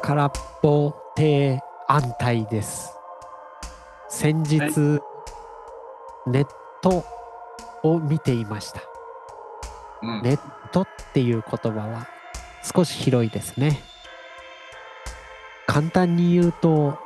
空っぽ亭安泰です。先日、 はいネットを見ていました。ネットっていう言葉は少し広いですね。簡単に言うと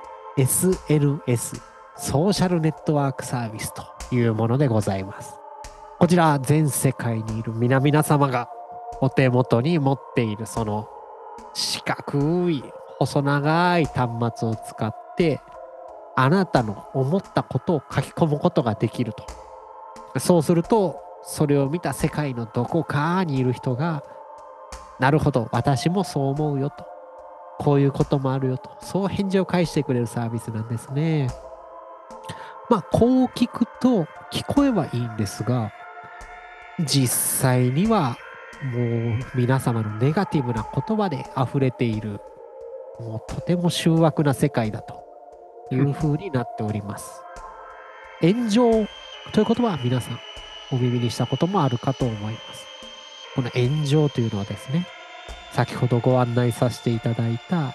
SNS ソーシャルネットワークサービスというものでございます。こちら全世界にいる皆々様がお手元に持っているその四角い細長い端末を使ってあなたの思ったことを書き込むことができると。そうするとそれを見た世界のどこかにいる人がなるほど私もそう思うよと、こういうこともあるよと、そう返事を返してくれるサービスなんですね。まあこう聞くと聞こえはいいんですが、実際にはもう皆様のネガティブな言葉で溢れている、もうとても醜悪な世界だという風になっております。炎上という言葉は皆さんお耳にしたこともあるかと思います。この炎上というのはですね、先ほどご案内させていただいた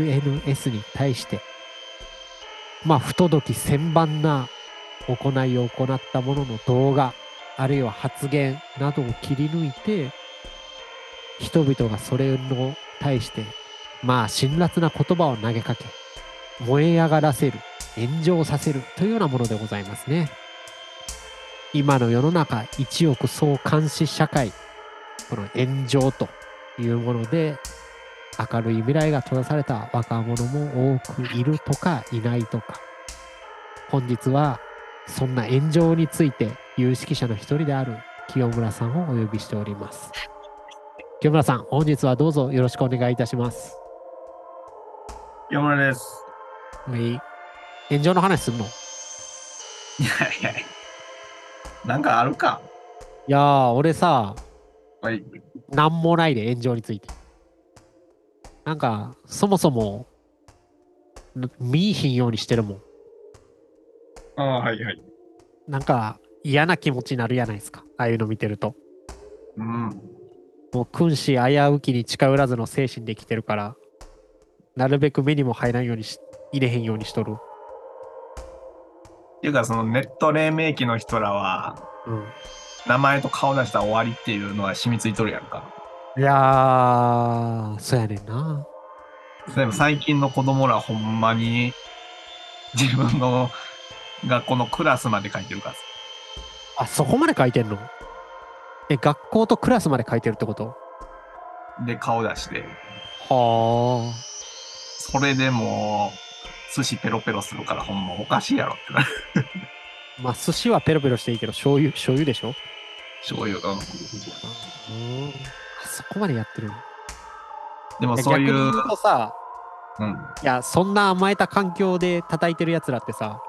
SNS に対して不届き千万な行いを行ったものの動画あるいは発言などを切り抜いて、人々がそれに対して辛辣な言葉を投げかけ燃え上がらせる、炎上させるというようなものでございますね。今の世の中一億総監視社会、この炎上というもので明るい未来が閉ざされた若者も多くいるとかいないとか、本日はそんな炎上について有識者の一人である清村さんをお呼びしております。清村さん、本日はどうぞよろしくお願いいたします。 山村です。 炎上の話するの？ いやいや、なんかあるか。 いやー、俺さ、 はい。 なんもないで炎上について。なんかそもそも見いひんようにしてるもん。 はいはい。 なんか嫌な気持ちになるやないですか、ああいうの見てると。もう君子危うきに近寄らずの精神で生きてるから、なるべく目にも入らんように入れへんようにしとる。 っていうか、そのネット黎明期の人らは、名前と顔出したら終わりっていうのは染みついとるやんか。 いやー、そうやねんな。 でも最近の子供らほんまに自分の学校のクラスまで書いてるから。 あ、そこまで書いてんの？学校とクラスまで書いてるってこと？ で、顔出して。 はあ。 それでもう、寿司ペロペロするからほんまおかしいやろってなる。 寿司はペロペロしていいけど、醤油でしょ？ 醤油。 あそこまでやってる。 でもそういう。 逆に言うとさ、いや、そんな甘えた環境で叩いてるやつらってさ、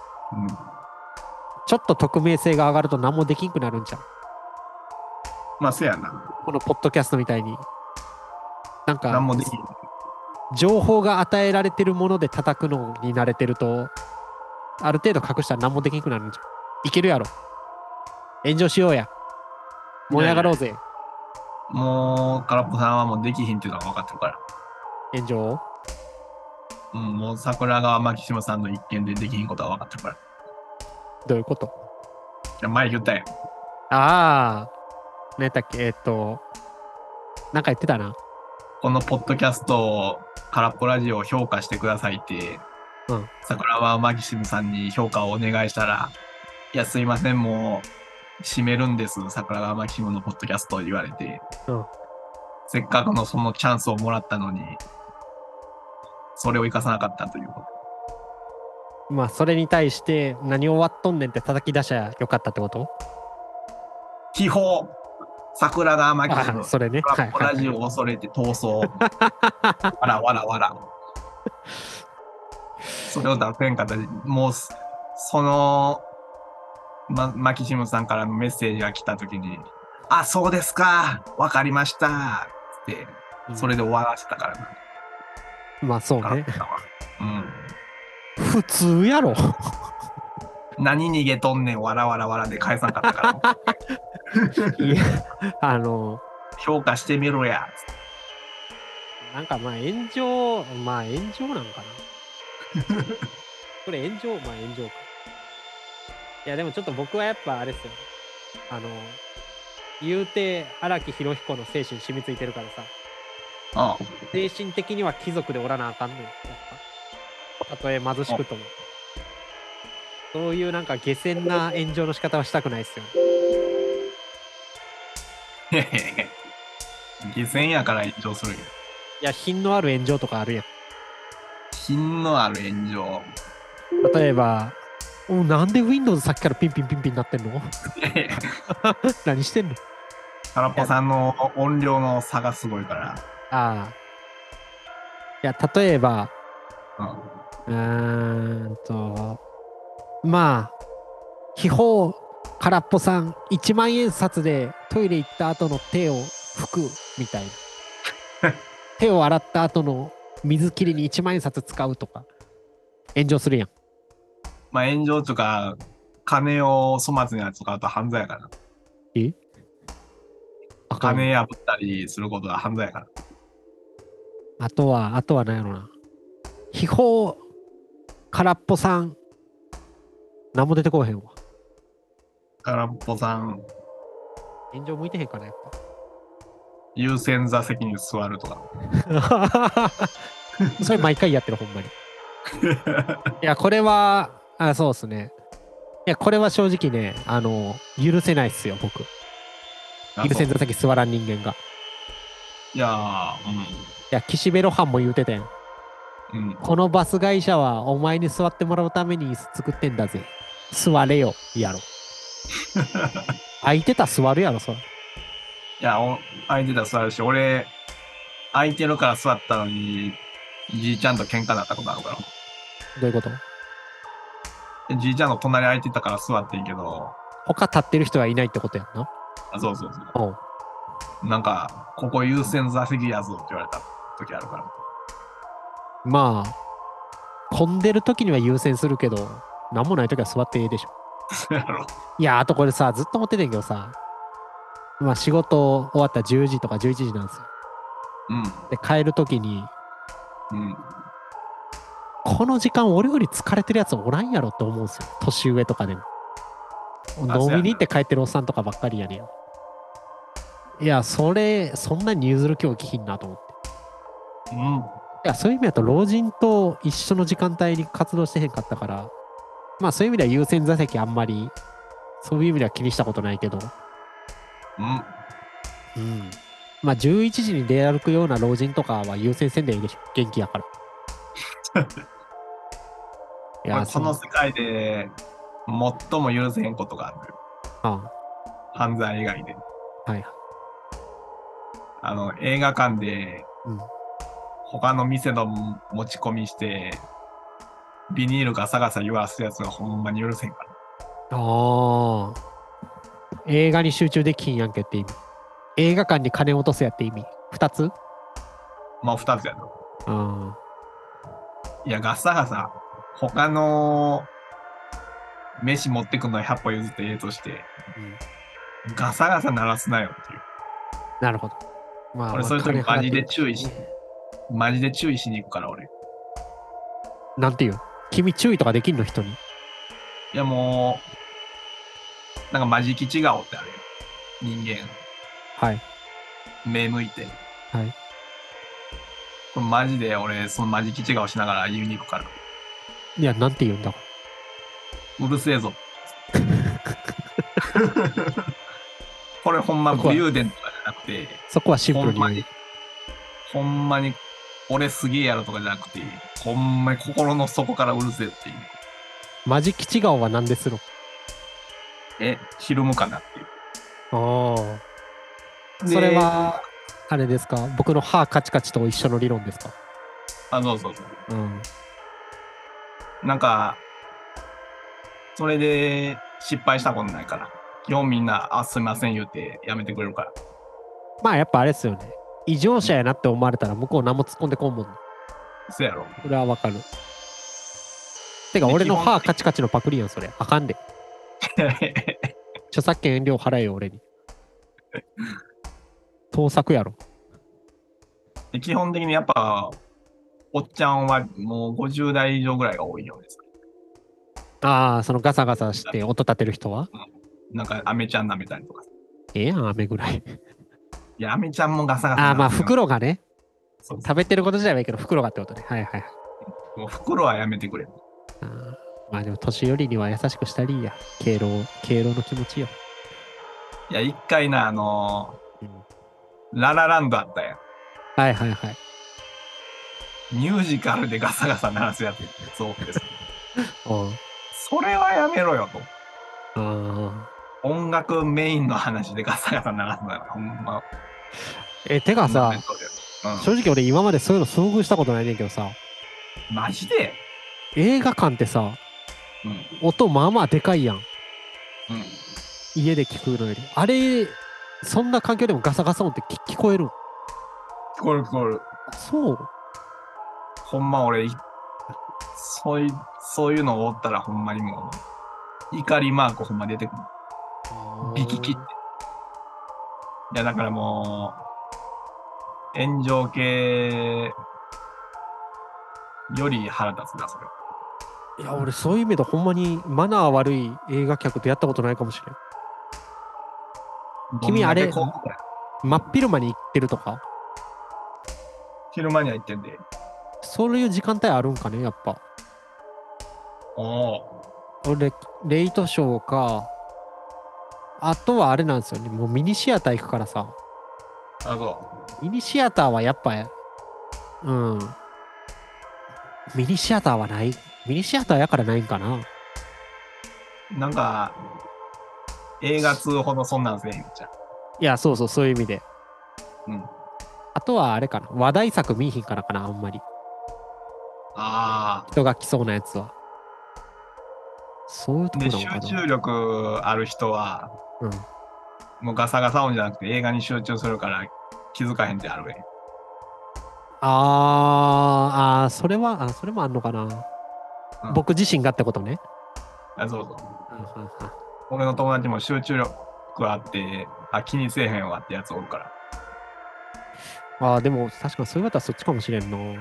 ちょっと匿名性が上がると何もできんくなるんじゃん。 せやな。 このポッドキャストみたいに。なんか、 何もできん。 情報が与えられてるもので叩くのに慣れてると、ある程度隠したら何もできんくなるんじゃん。いけるやろ。炎上しようや。燃え上がろうぜ。 もう、空っぽさんはもうできひんっていうのが分かってるから。 炎上？ もう桜川マキシムさんの一件でできひんことは分かってるから。 どういうこと？ 前言ったやん。 ああ、何やったっけ？なんか言ってたな。 このポッドキャストを、空っぽラジオを評価してくださいって、桜川マキシムさんに評価をお願いしたら、いや、すいません、もう、閉めるんです、桜川マキシムのポッドキャストを言われて、せっかくのそのチャンスをもらったのに、それを生かさなかったということ。 それに対して何を割っとんねんって叩き出しゃよかったってこと？ 秘宝桜川マキシム、 それね。 空っぽラジオを恐れて逃走。わらわらわら。それを出せんかったり、もう、その、マキシムさんからのメッセージが来たときに、あ、そうですか、わかりました、って、それで終わらせたからな。そうね。 普通やろ。 何逃げとんねん、わらわらわらで返さんかったから。 いや、 評価してみろや。 なんかまあ炎上なんかな。これ炎上か。いやでもちょっと僕はやっぱあれですよ。言うて荒木博彦の精神染みついてるからさ。 ああ。 精神的には貴族でおらなあかんねん。やっぱ。たとえ貧しくとも。そういうなんか下船な炎上の仕方はしたくないっすよね。 へへへ。下船やから炎上するんや。 いや、品のある炎上とかあるやん。 品のある炎上。 例えば、なんで Windows さっきからピンピンピンピンなってんの何してんの。 空っぽさんの音量の差がすごいから。 ああ。いや、例えば、 うん。 まあ、秘宝空っぽさん1万円札でトイレ行った後の手を拭くみたいな。手を洗った後の水切りに1万円札使うとか、炎上するやん。 まあ炎上とか、金を粗末に扱うと犯罪やから。 えあかん。 金破ったりすることは犯罪やから。 あとは何やろな。秘宝空っぽさん、何も出てこうへんわ。 空っぽさん、 炎上向いてへんかな、やっ優先座席に座るとか。 ぱ。それ毎回やってる、ほんまに。いや、これは、そうっすね。いや、これは正直ね、許せないっすよ、僕。優先座席座らん人間が。 いやー、 いや、岸辺露伴も言うてたやん。 うん。 このバス会社はお前に座ってもらうために椅子作ってんだぜ。座れよ、やろ。空いてたら座るやろ、そら。 いや、空いてたら座るし、俺、空いてるから座ったのに、じいちゃんと喧嘩になったことあるから。 どういうこと。 じいちゃんの隣空いてたから座ってんけど、 他立ってる人はいないってことやんな。 そうそうそう。なんか、ここ優先座席やぞって言われた時あるから。 まあ、混んでる時には優先するけど、なんもない時は座っていいでしょ。 そうやろ。 いや、あとこれさ、ずっと思っててんけどさ、まあ仕事終わったら10時とか11時なんですよ。 うん。 で、帰る時に、 うん。 この時間俺より疲れてるやつおらんやろって思うんですよ。年上とかでも。飲みに行って帰ってるおっさんとかばっかりやねん。いや、そんなに譲る今日きひんなと思って。 うん。 いや、そういう意味だと老人と一緒の時間帯に活動してへんかったから、まあそういう意味では優先座席あんまり、そういう意味では気にしたことないけど、 うん。 まあ11時に出歩くような老人とかは優先せんでいいでしょ。元気やから。 いや、この世界で最も許せへんことがあるのよ。犯罪以外で。 はい。 映画館で、他の店の持ち込みして、ビニールガサガサ言わすやつがほんまに許せんから。 映画に集中できんやんけって意味。映画館に金落とすやって意味。2つ？ まあ2つやな。いや、ガサガサ、他の飯持ってくの100歩譲ってええとして、ガサガサ鳴らすなよっていう。 なるほど。まあ、 俺そういう時マジで注意しに行くから俺。 なんていう？君注意とかできんの人に？ いやもう、なんかマジ吉顔ってあるよ。人間。 はい。 目向いて。 はい。 これマジで俺、そのマジ吉顔しながら言いに行くから。 いや、なんて言うんだ。 うるせえぞ。これほんま武勇伝とかじゃなくて、 そこはシンプルに言う。 ほんまに俺すげえやろとかじゃなくて、ほんまに心の底からうるせえっていう。 マジ吉顔は何ですの？ ひるむかなっていう。 それは、あれですか？僕の歯カチカチと一緒の理論ですか？ そうそうそう。なんか、それで失敗したことないから。基本みんな、すいません言うてやめてくれるから。 まあやっぱあれですよね。異常者やなって思われたら向こう何も突っ込んでこんもんね。 そやろ。 それはわかる。てか俺の歯カチカチのパクリやん、それ。あかんで。著作権料払えよ、俺に。盗作やろ。 基本的にやっぱ、おっちゃんはもう50代以上ぐらいが多いようです。 ああ、そのガサガサして音立てる人は、 なんか、アメちゃん舐めたりとか。 ええやん、飴ぐらい。 いや、アメちゃんもガサガサああ、まあ、 鳴らすよ。 袋がね、 そう食べてること自体はいいけど、袋がってことね。はいはいはい。 もう袋はやめてくれ。 あーまあでも、年寄りには優しくしたりいいや。敬老の気持ちよ。 いや、一回な、 うん、 ララランドあったやん。 はいはいはい。 ミュージカルでガサガサ鳴らすやつそうです。 うんそれはやめろよと。 あ音楽メインの話でガサガサ鳴らすなら、ほんま。 てかさ、 うん、 正直俺今までそういうの遭遇したことないねんけどさ、 マジで映画館ってさ、 うん。 音まあまあでかいやん。 うん。 家で聞くのより。あれ、そんな環境でもガサガサ音って聞こえるん？ 聞こえる聞こえる。 そう。 ほんま俺、そういうのおったらほんまにもう、怒りマークほんま出てくる。ビキキって。いや、だからもう、炎上系より腹立つな、それは。 いや、俺そういう意味でほんまにマナー悪い映画客とやったことないかもしれん。君あれ、真っ昼間に行ってるとか昼間には行ってんで。 そういう時間帯あるんかね、やっぱ。俺、レイトショーか、あとはあれなんですよね、もうミニシアター行くからさ。ミニシアターはやっぱ、うん。ミニシアターはない。ミニシアターやからないんかな。 なんか、映画通ほどそんなんせえへんじゃん。 いや、そうそう、そういう意味で。 うん。 あとはあれかな。話題作見いひんからかな、あんまり。 ああ。 人が来そうなやつは。そういうとこで、 なのかな。 集中力ある人は、 うん。 もうガサガサ音じゃなくて映画に集中するから気づかへんってあるね。 それは、それもあんのかな。 うん、 僕自身がってことね。 そうそう。俺の友達も集中力あって、気にせえへんわってやつおるから。 でも確かにそういう方はそっちかもしれんの。 うん、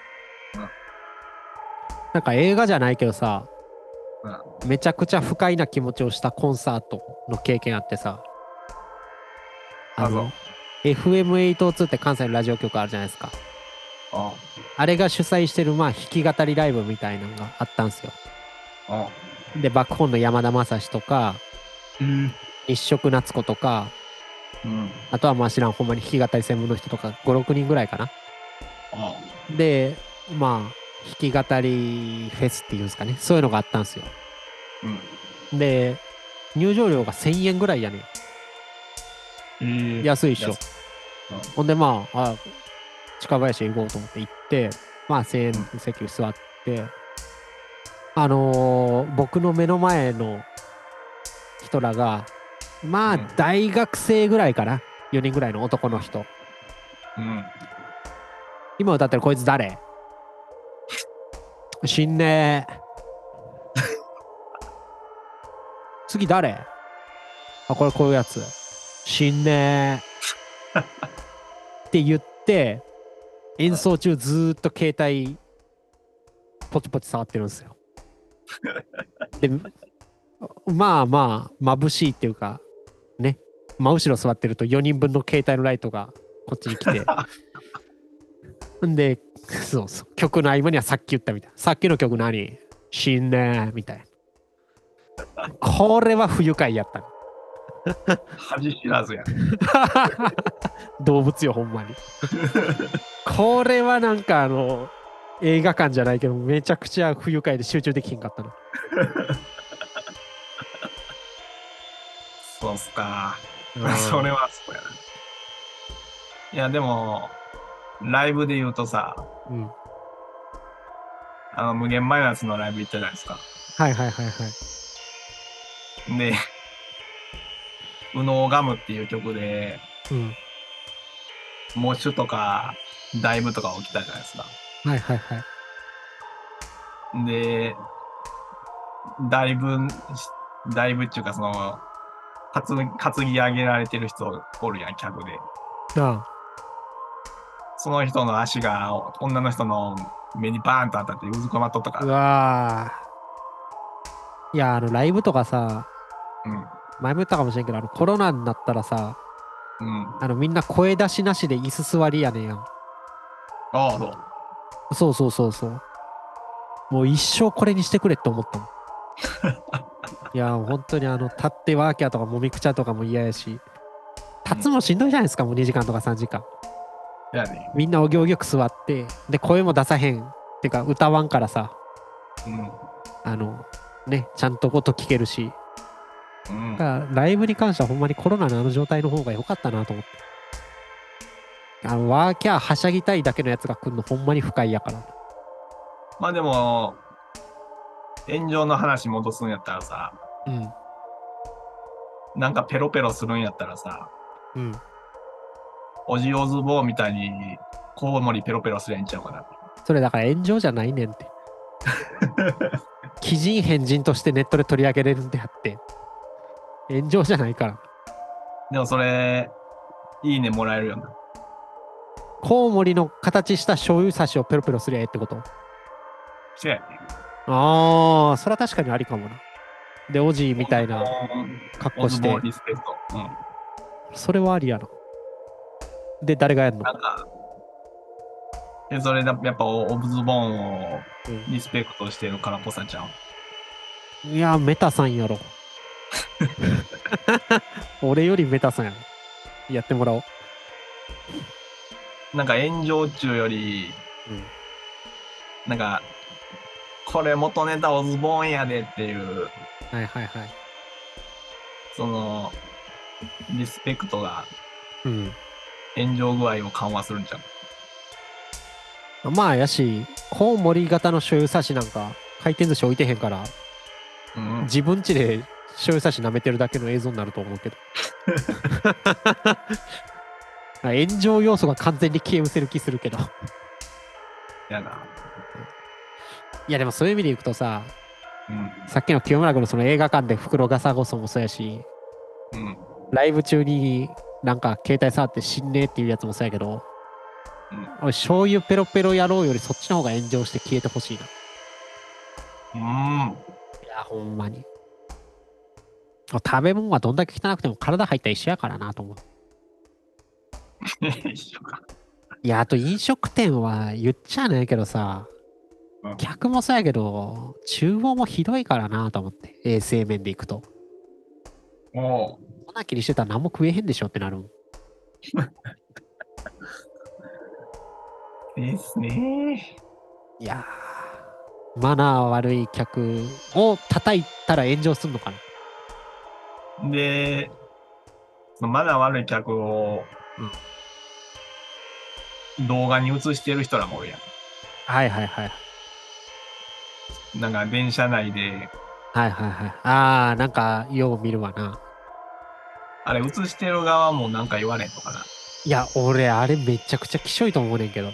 なんか映画じゃないけどさ、 うん、 めちゃくちゃ不快な気持ちをしたコンサートの経験あってさ、FM802 って関西のラジオ局あるじゃないですか。あれが主催してる、まあ、弾き語りライブみたいなのがあったんですよ。で、バックホーンの山田正史とか、日食夏子とか、あとはまあ知らん、ほんまに弾き語り専門の人とか、5、6人ぐらいかな。で、まあ、弾き語りフェスっていうんですかね。そういうのがあったんですよ。で、入場料が1000円ぐらいやねん。安いっしょ。ほんでまあ、近林へ行こうと思って行って、まあ1000円の席に座って、僕の目の前の人らが、まあ大学生ぐらいかな。4人ぐらいの男の人。今歌ってるこいつ誰？死んねえ。次誰？これこういうやつ。死んねえ。って言って、演奏中ずーっと携帯ポチポチ触ってるんですよ。で、まあまあ、眩しいっていうか、ね、真後ろ座ってると4人分の携帯のライトがこっちに来て。んで、そうそう、曲の合間にはさっき言ったみたいな。さっきの曲何？死んねえみたいな。これは不愉快やった。 恥知らずや。 動物よ、ほんまに。これはなんか映画館じゃないけど、めちゃくちゃ不愉快で集中できひんかったな。 そうっすか。それはそうやな。いや、でも、ライブで言うとさ、無限マイナスのライブ行ったじゃないですか。 はいはいはいはい。 で、ウノーガムっていう曲で、モッシュとかダイブとか起きたじゃないですか。 はいはいはい。 で、ダイブっていうか担ぎ上げられてる人おるやん、客で。 その人の足が女の人の目にバーンと当たってうずくまっとったかうら。 わー。いや、ライブとかさ、 うん。 前も言ったかもしれんけど、コロナになったらさ、 うん。 みんな声出しなしで椅子座りやねんやん。 ああ、そう。 そう。もう一生これにしてくれって思ったもん。いや、本当に立ってワーキャーとかもみくちゃとかも嫌やし、立つもしんどいじゃないですか、もう2時間とか3時間。 いやね。 みんなお行儀よく座って、で、声も出さへん。ってか、歌わんからさ、ちゃんと音聞けるし。だからライブに関してはほんまにコロナの状態の方が良かったなと思って。ワーキャーはしゃぎたいだけのやつが来るのほんまに不快やから。 まあでも、炎上の話戻すんやったらさ、なんかペロペロするんやったらさ、オジオズボーみたいにコウモリペロペロすりゃいいんちゃうかな。 それだから炎上じゃないねんって。奇人変人としてネットで取り上げれるんであって、炎上じゃないから。 でもそれ、いいねもらえるよな。 コウモリの形した醤油差しをペロペロすりゃええってこと？ せやね。 ああ、それは確かにありかもな。で、オジーみたいな格好して。 リスペクト。 それはありやな。で、誰がやるの？ なんか、それやっぱオブズボーンをリスペクトしてるからぽさちゃん。 いや、メタさんやろ。俺よりメタさんやろ。やってもらおう。 なんか炎上中より、なんか、これ元ネタオズボーンやでっていう、その、リスペクトが、炎上具合を緩和するんじゃん。 まあやし、コウモリ型の醤油差しなんか回転寿司置いてへんから、自分家で醤油差し舐めてるだけの映像になると思うけど。炎上要素が完全に消え失せる気するけど。 やだ。 いやでもそういう意味でいくとさ、さっきの清村君のその映画館で袋ガサゴソもそうやし、ライブ中になんか携帯触って死んねえっていうやつもそうやけど、俺醤油ペロペロやろうよりそっちの方が炎上して消えてほしいな。いやほんまに。食べ物はどんだけ汚くても体入ったら一緒やからなと思う。 一緒か。 いや、あと飲食店は言っちゃないけどさ、客もそうやけど、厨房もひどいからなと思って、衛生面でいくと。粉切りしてたら何も食えへんでしょってなるもん。 ですね。 いやー、マナー悪い客を叩いたら炎上すんのかな。 で、そのマナー悪い客を、動画に映してる人らもおるやん。なんか電車内で。 ああ、なんかよう見るわな。 あれ映してる側もなんか言われんのかな。 いや、俺あれめちゃくちゃきしょいと思うねんけど。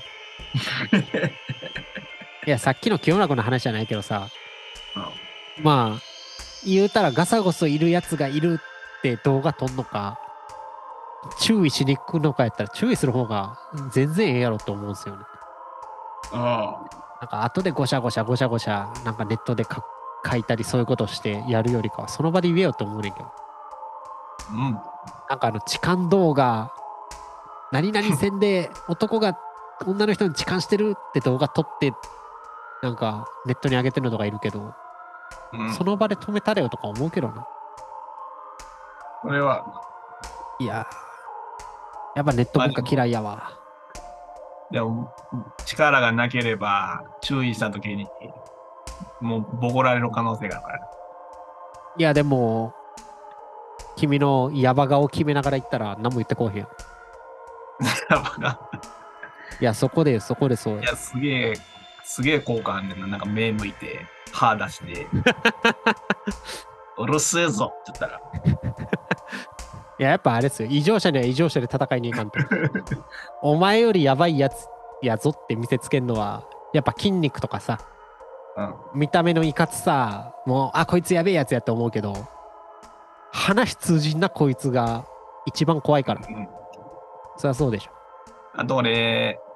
いや、さっきの清村君の話じゃないけどさ、まあ、言うたらガサゴソいるやつがいるって動画撮んのか、注意しに行くのかやったら注意する方が全然ええやろって思うんですよね。なんか後でゴシャゴシャなんかネットで書いたりそういうことしてやるよりかはその場で言えよって思うねんけど。なんか痴漢動画、何々線で男が女の人に痴漢してるって動画撮って、なんかネットに上げてるのとかいるけど、その場で止めたれよとか思うけどな。 これは。 いや、やっぱネット文化嫌いやわ。 でも、力がなければ注意したときに、もうボコられる可能性があるから。 いや、でも、君のヤバ顔決めながら言ったら何も言ってこうへん。 ヤバがいや、そこでそうよ。 いや、すげえ効果あんねんな。なんか目向いて、歯出して、うるせえぞって言ったら。 いや、やっぱあれですよ。異常者には異常者で戦いに行かんと。お前よりやばいやつやぞって見せつけるのは、やっぱ筋肉とかさ、見た目のいかつさ、もう、こいつやべえやつやって思うけど、話通じんなこいつが一番怖いから。そりゃそうでしょ。 あと俺、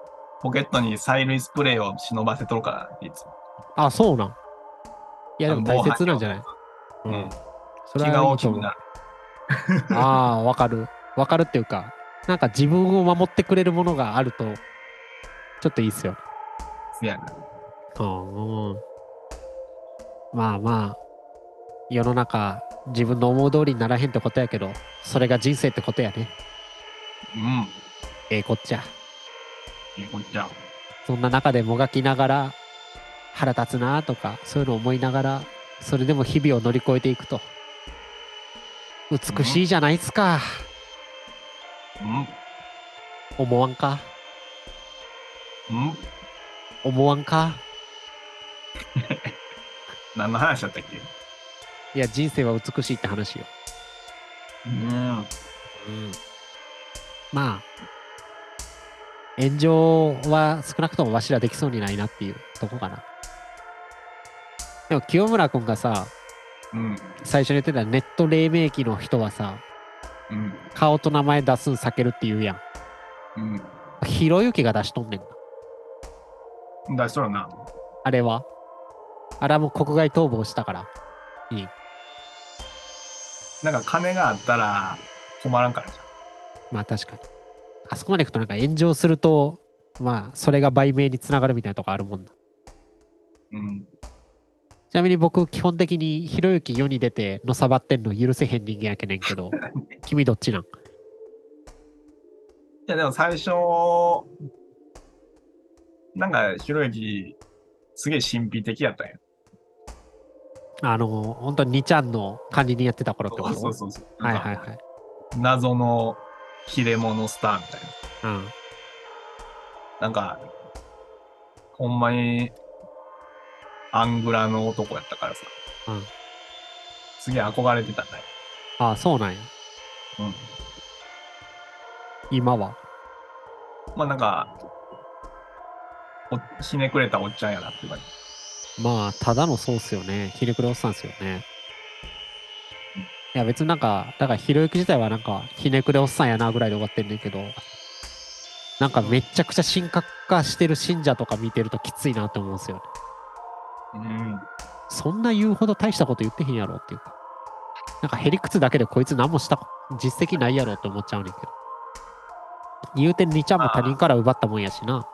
ポケットに催涙スプレーを忍ばせとるから、いつも。 あ、そうなん。いや、でも大切なんじゃない？ うん。 それ気がはいいと思う。 大きくなる。 ああ、わかる。わかるっていうか、なんか自分を守ってくれるものがあると、ちょっといいっすよ。 せやな。 うん。まあまあ、世の中、自分の思う通りにならへんってことやけど、それが人生ってことやね。 うん。 ええこっちゃ。 こっちゃ。 そんな中でもがきながら、腹立つなとか、そういうのを思いながら、それでも日々を乗り越えていくと。美しいじゃないっすか。 うん。 思わんか？ うん。 思わんか？ 何の話だったっけ？ いや、人生は美しいって話よ。 うん。 うん。まあ、炎上は少なくともわしらできそうにないなっていうとこかな。でも清村君がさ、 うん。 最初に言ってたネット黎明期の人はさ、 うん。 顔と名前出すん避けるって言うやん。 うん。 ひろゆきが出しとんねんな。 出しとるな。 あれはもう国外逃亡したから。いい。 なんか金があったら困らんからじまあ確かに。あそこまで行くとなんか炎上すると、まあそれが売名につながるみたいなとこあるもんな。 ゃん。うん。 ちなみに僕基本的にひろゆき世に出てのさばってんの許せへん人間やけねんけど、君どっちなん？ いや、でも最初、なんか、ひろゆき、すげえ神秘的やったんや。 本当に2ちゃんの管理人やってた頃ってこと？ そうそうそう。 はいはいはい。 謎の切れ者スターみたいな。 うん。 なんか、ほんまに、アングラの男やったからさ。 うん。 すげえ憧れてたんだよ。 ああ、そうなんや。 うん。 今は。 まあなんか、ひねくれたおっちゃんやなって感じ。 まあ、ただのそうっすよね。ひねくれおっさんっすよね。いや別になんか、だからひろゆき自体はなんか、ひねくれおっさんやなぐらいで終わってんねんけど、なんかめっちゃくちゃ神格化してる信者とか見てるときついなって思うんですよね。 うん。 そんな言うほど大したこと言ってへんやろっていうか。なんかへりくつだけでこいつ何もした実績ないやろって思っちゃうねんけど。言うて2ちゃんも他人から奪ったもんやしな。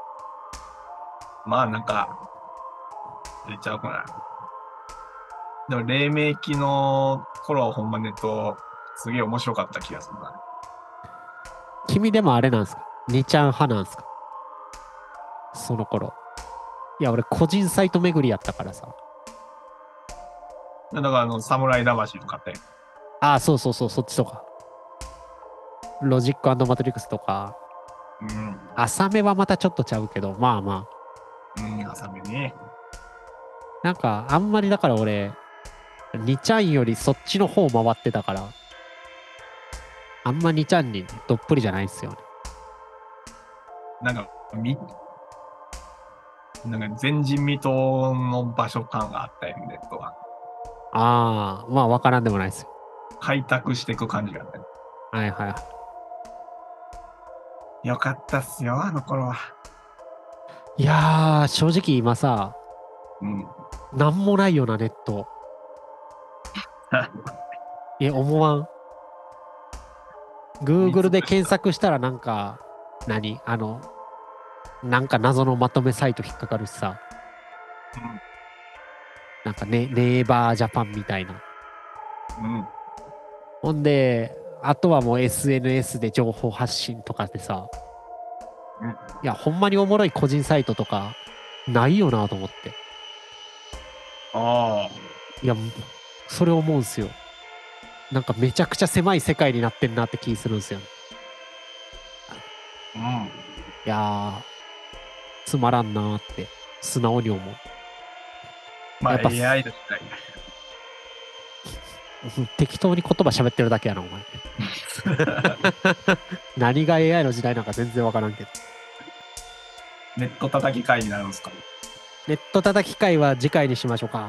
まあなんか、出ちゃうかな。でも、黎明期の頃はほんまネット、すげえ面白かった気がするな。 君でもあれなんすか？ 2 ちゃん派なんすか？その頃。いや俺個人サイト巡りやったからさ。 だから侍魂とかって。 ああ、そうそうそう、そっちとか。ロジックマトリックスとか。 うん。 浅めはまたちょっとちゃうけど、まあまあ。 うん、浅めね。 なんか、あんまりだから俺、2ちゃんよりそっちの方回ってたから、あんま2ちゃんにどっぷりじゃないっすよね。 なんか、なんか前人未到の場所感があったよね、ネットは。 ああ、まあわからんでもないっすよ。 開拓していく感じがあったよ。 はいはいはよかったっすよ、あの頃は。 い。いやー、正直今さ、 うん。 なんもないよな、ネット。思わん。Google で検索したらなんか、なんか謎のまとめサイト引っかかるしさ。なんかね、ネイバージャパンみたいな。 うん。 ほんで、あとはもう SNS で情報発信とかでさ、 うん。 いや、ほんまにおもろい個人サイトとか、ないよなと思って。 ああ。 いや、それ思うんすよ。なんかめちゃくちゃ狭い世界になってんなって気するんすよね。 うん。 いやー、つまらんなーって、素直に思う。 まあやっぱ AI の時代。 適当に言葉喋ってるだけやな、お前。何が AI の時代なんか全然わからんけど。 ネット叩き会になるんですか？ ネット叩き会は次回にしましょうか。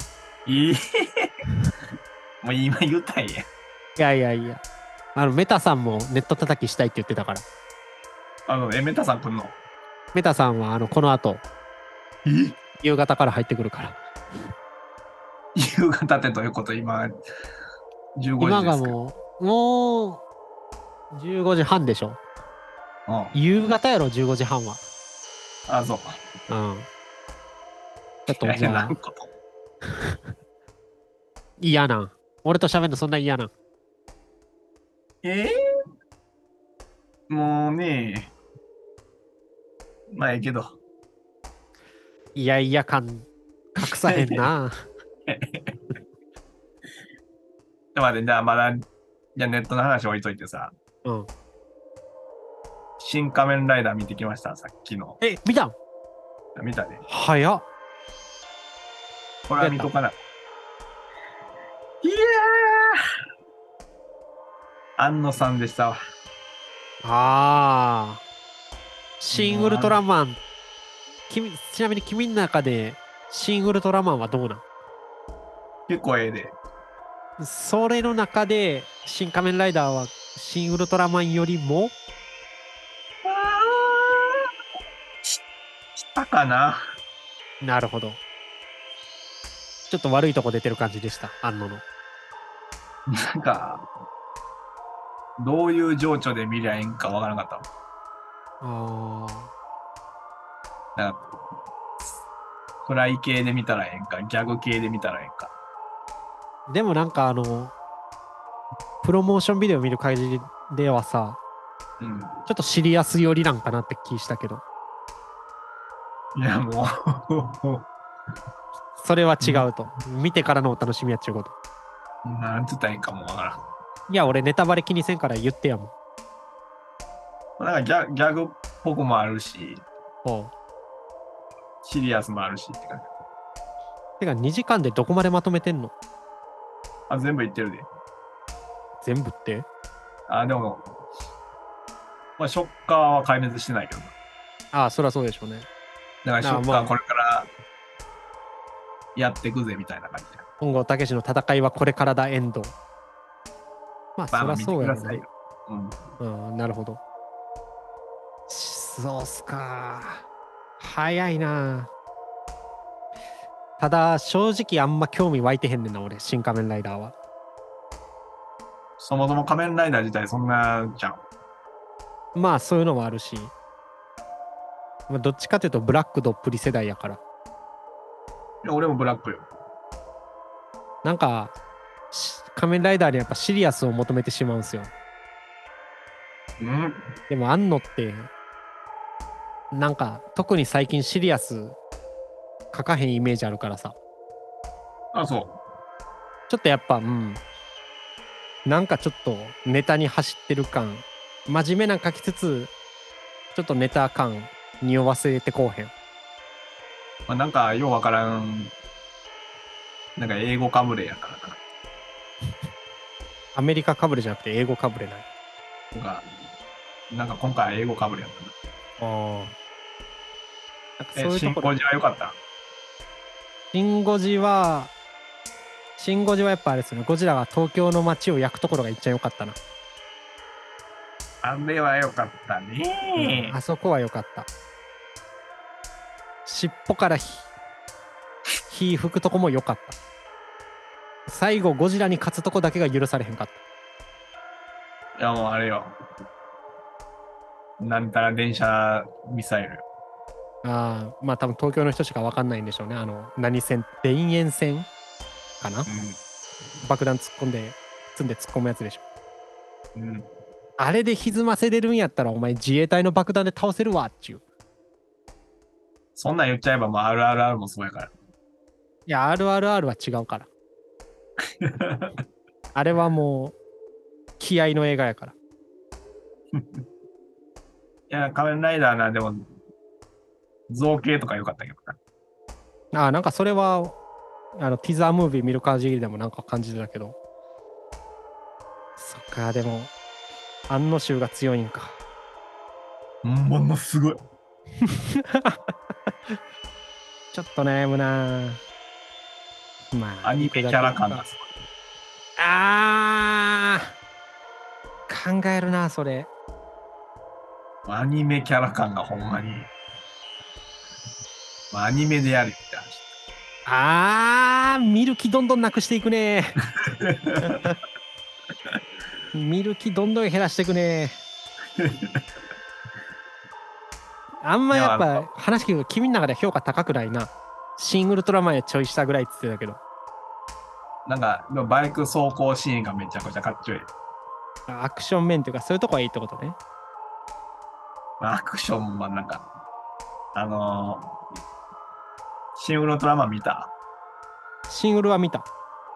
もう今言ったんや。 いやいやいや。メタさんもネット叩きしたいって言ってたから。 メタさん来んの？ メタさんはこの後え夕方から入ってくるから。 夕方ってどういうこと？今、15時今がですけど。 もう15時半でしょ。夕方やろ、15時半は。 あ、そう。 うん。ちょっとじゃあ、 なんこと嫌なん。俺と喋るのそんな嫌なん。 もうね、まあええけど。 いやいや感隠さへんな。 待って、じゃあまだ、じゃあネットの話置いといてさ、 うん。 新仮面ライダー見てきました、さっきの。 見たん？ 見たね。 早っ。 これは見とかない。いやー、安野さんでしたわ。 ああ。シン・ウルトラマン。ちなみに君の中で、シン・ウルトラマンはどうなん？ 結構ええで。 それの中で、新仮面ライダーは、シン・ウルトラマンよりもしたかな。 なるほど。ちょっと悪いとこ出てる感じでした、安野の。 なんか、どういう情緒で見りゃいいんかわからなかった。 あなんか、暗い系で見たらええんか、ギャグ系で見たらええんか。 でもなんかプロモーションビデオ見る限りではさ、 うん。 ちょっとシリアス寄りなんかなって気したけど、 いや、もう、 それは違うと。見てからのお楽しみやっちゅうこと。 なんつったらいいんかもわからん。 いや、俺ネタバレ気にせんから言ってやもん。 なんかギャグっぽくもあるし、 おう。 シリアスもあるしって感じ。 てか2時間でどこまでまとめてんの？ あ、全部言ってるで。 全部って？ あ、でも、まあ、ショッカーは壊滅してないけどな。 ああ、そりゃそうでしょうね。 だからショッカまあーこれからやっていくぜみたいな感じで。 本郷武の戦いはこれからだエンド。まあ、そりゃまあ見てそうやろね。 くださいよ。うん。 うん、なるほど。そうっすか。早いな。ただ、正直あんま興味湧いてへんねんな、俺、新仮面ライダーは。 そもそも仮面ライダー自体そんなじゃん。 まあ、そういうのもあるし、まあ、どっちかというと、ブラックどっぷり世代やから。 いや俺もブラックよ。 なんか、仮面ライダーにやっぱシリアスを求めてしまうんすよ。 うん。 でも、安野って、なんか、特に最近シリアス書かへんイメージあるからさ。 あ、そう。 ちょっとやっぱ、なんかちょっとネタに走ってる感、真面目な書きつつ、ちょっとネタ感匂わせてこうへん。 まあ、なんかようわからん、なんか英語かぶれやからな。 アメリカかぶれじゃなくて英語かぶれない。 なんか今回英語かぶれやったな。 ああ。なんかそういうところ。 シンゴジは良かった。 シンゴジはやっぱあれですよね。ゴジラが東京の街を焼くところがいっちゃ良かったな。 あれは良かったね、 あそこは良かった。尻尾から火吹くとこも良かった。最後ゴジラに勝つとこだけが許されへんかった。 いやもうあれよ。なんたら電車ミサイル。 ああ、まあ多分東京の人しか分かんないんでしょうね。何線、田園線かな、爆弾積んで突っ込むやつでしょ。あれで歪ませれるんやったらお前自衛隊の爆弾で倒せるわっちゅう。 そんなん言っちゃえばもう RRR もそうやから。 いや、RRR は違うから。あれはもう気合の映画やから。 いや、仮面ライダーな、でも、造形とか良かったけどな。なんかそれは、ティザームービー見る感じでもなんか感じてたけど。そっか、でも、安野州が強いんか。 ものすごい。 ちょっと悩むな。まあ、 アニメキャラ感がすごい。 考えるな、それ。 アニメキャラ感がほんまに。 アニメでやるって話。見る気どんどんなくしていくね。見る気どんどん減らしていくね。あんまやっぱ話聞くと君の中で評価高くないな。シン・ウルトラマンやちょい下ぐらいっつってたけど。 なんかバイク走行シーンがめちゃくちゃかっちょいい。 アクション面というかそういうとこはいいってことね。 アクションはなんか、シン・ウルトラマン見た？ シン・ウルは見た。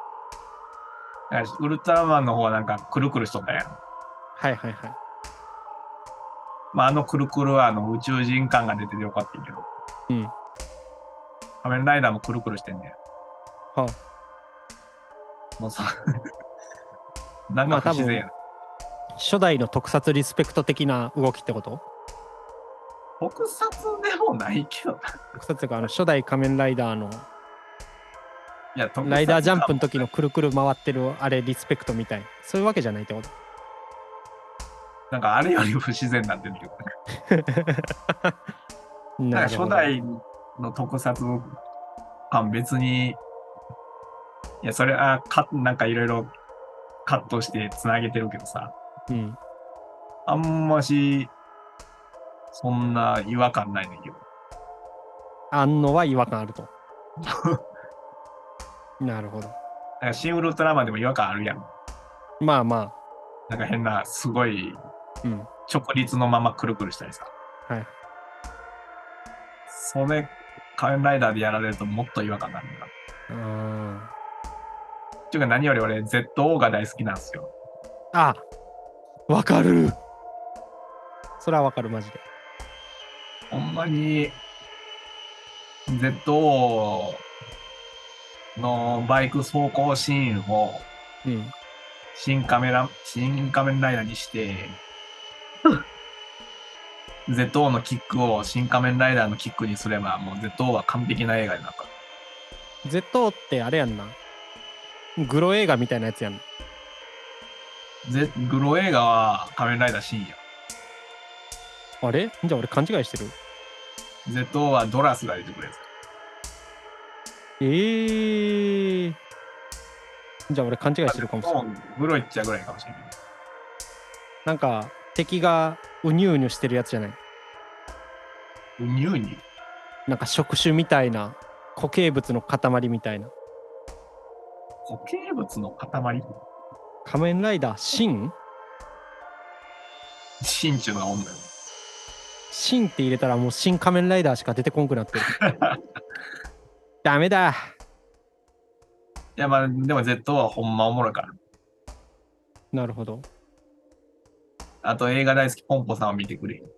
ウルトラマンの方はなんかくるくるしとったやん。 はいはいはい。 まあくるくるは宇宙人感が出ててよかったけど。 うん。 仮面ライダーもくるくるしてんねん。 はあ。もうさ、なんか不自然やな。 初代の特撮リスペクト的な動きってこと？ 特撮でもないけどな。 特撮というか初代仮面ライダーのいやライダージャンプの時のくるくる回ってるあれリスペクトみたい。そういうわけじゃないってこと？ なんかあれより不自然になってるけど。なんか初代の特撮感別に、いやそれはなんかいろいろカットしてつなげてるけどさ、 うん、 あんましそんな違和感ないねんけど。 あんのは違和感あると。なるほど。 なんかシン・ウルトラマンでも違和感あるやん。 まあまなんか変なすごいあ、うん、 直立のままくるくるしたりさ。 はい。 それ仮面ライダーでやられるともっと違和感があるんだ。っていうか何より俺 ZO が大好きなんですよ。 あ、わかる。それはわかるマジで。 ほんまに ZO のバイク走行シーンを新仮面ライダーにして、ZO のキックを新仮面ライダーのキックにすればもう ZO は完璧な映画になった。 ZO ってあれやんな。グロ映画みたいなやつやんな。 グロ映画は仮面ライダーシーンや。 あれ？じゃあ俺勘違いしてる。 ZO はドラスが出てくるやつ。 じゃあ俺勘違いしてるかもしれない。 グロいっちゃぐらいかもしれない。 なんか敵がうにゅうにゅしてるやつじゃない？ うにゅうにゅ？ なんか触手みたいな固形物の塊みたいな。 固形物の塊？ 仮面ライダーシン？ シンチュの女。 シンって入れたらもう新仮面ライダーしか出てこんくなってる。ダメだ。 いやまあでも Z はほんまおもろいから。 なるほど。 あと映画大好きポンポさんを見てくれ。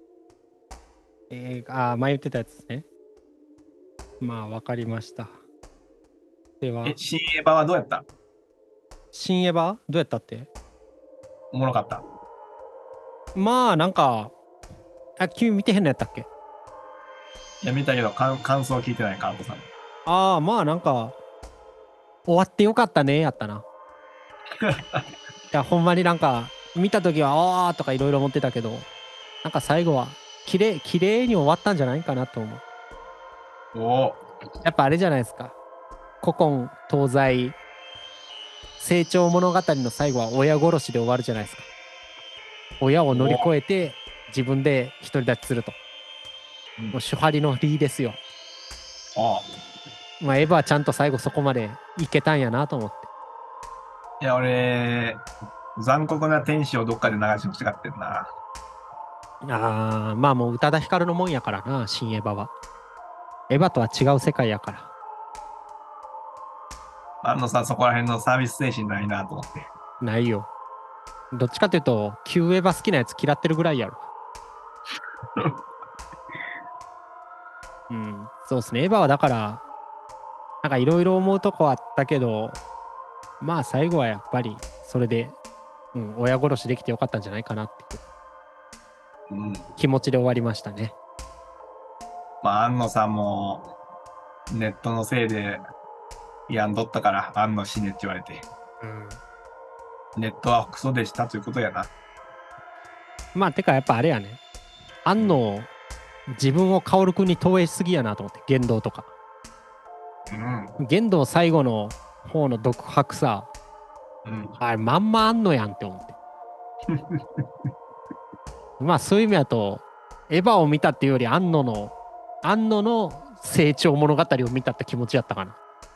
前言ってたやつですね。まあわかりました。では。 新エヴァはどうやった？ 新エヴァどうやったって？ おもろかった。 まあなんか君見てへんのやったっけ？ いや見たけど感想聞いてないカートさん。 まあなんか終わってよかったねやったな。いやほんまになんか見た時はとかいろいろ思ってたけど、なんか最後は綺麗に終わったんじゃないかなと思う。やっぱあれじゃないですか。古今東西成長物語の最後は親殺しで終わるじゃないですか。親を乗り越えて自分で独り立ちすると。もう手張りのリーですよ。まあエヴァはちゃんと最後そこまでいけたんやなと思って。 いや俺残酷な天使をどっかで流し欲しかったんな。 まあもう宇多田ヒカルのもんやからな、新エヴァは。エヴァとは違う世界やから。 そこら辺のサービス精神ないなと思って。 ないよ。どっちかというと旧エヴァ好きなやつ嫌ってるぐらいやろ。そうですね。エヴァはだからなんかいろいろ思うとこあったけど、まあ最後はやっぱりそれで、親殺しできてよかったんじゃないかなっていう気持ちで終わりましたね。 まあ安野さんもネットのせいで病んどったから安野死ねって言われて、ネットはクソでしたということやな。 まあてかやっぱあれやね。安野自分を薫君に投影しすぎやなと思って、言動とか。言動最後の方の独白さ、あれまんまあんのやんって思って。まあそういう意味だと、エヴァを見たっていうより、安野の成長物語を見たって気持ちやったかな。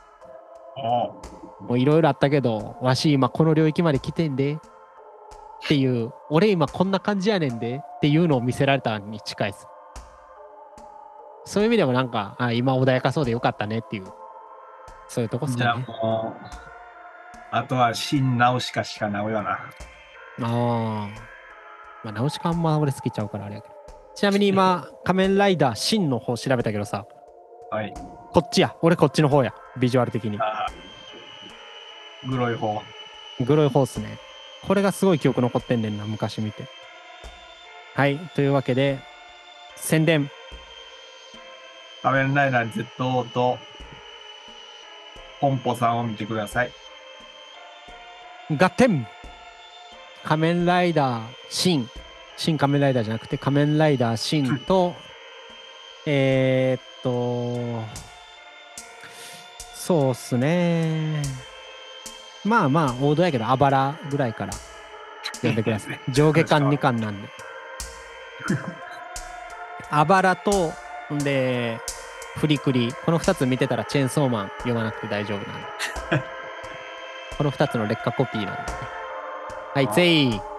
もういろいろあったけど、わし今この領域まで来てんでっていう、俺今こんな感じやねんでっていうのを見せられたに近いです。そういう意味でもなんか、今穏やかそうでよかったねっていう、そういうとこっすかね。 じゃあもう、あとは新ナウシカしかなうよな。 まあナウシカあんま俺好きちゃうからあれやけど。ちなみに今、仮面ライダーシンの方調べたけどさ、 はい。 こっちや。俺こっちの方や。ビジュアル的に。 グロい方。 グロい方っすね。これがすごい記憶残ってんねんな、昔見て。はい。というわけで、宣伝。 仮面ライダー ZO と、ポンポさんを見てください。 合点仮面ライダー新仮面ライダーじゃなくて仮面ライダー新とそうっすね。まあまあ王道やけどあばらぐらいから読んでください。上下巻2巻なんで。あばらとでフリクリ、この2つ見てたらチェーンソーマン読まなくて大丈夫なんで。この2つの劣化コピーなんでね。はい、ぜひ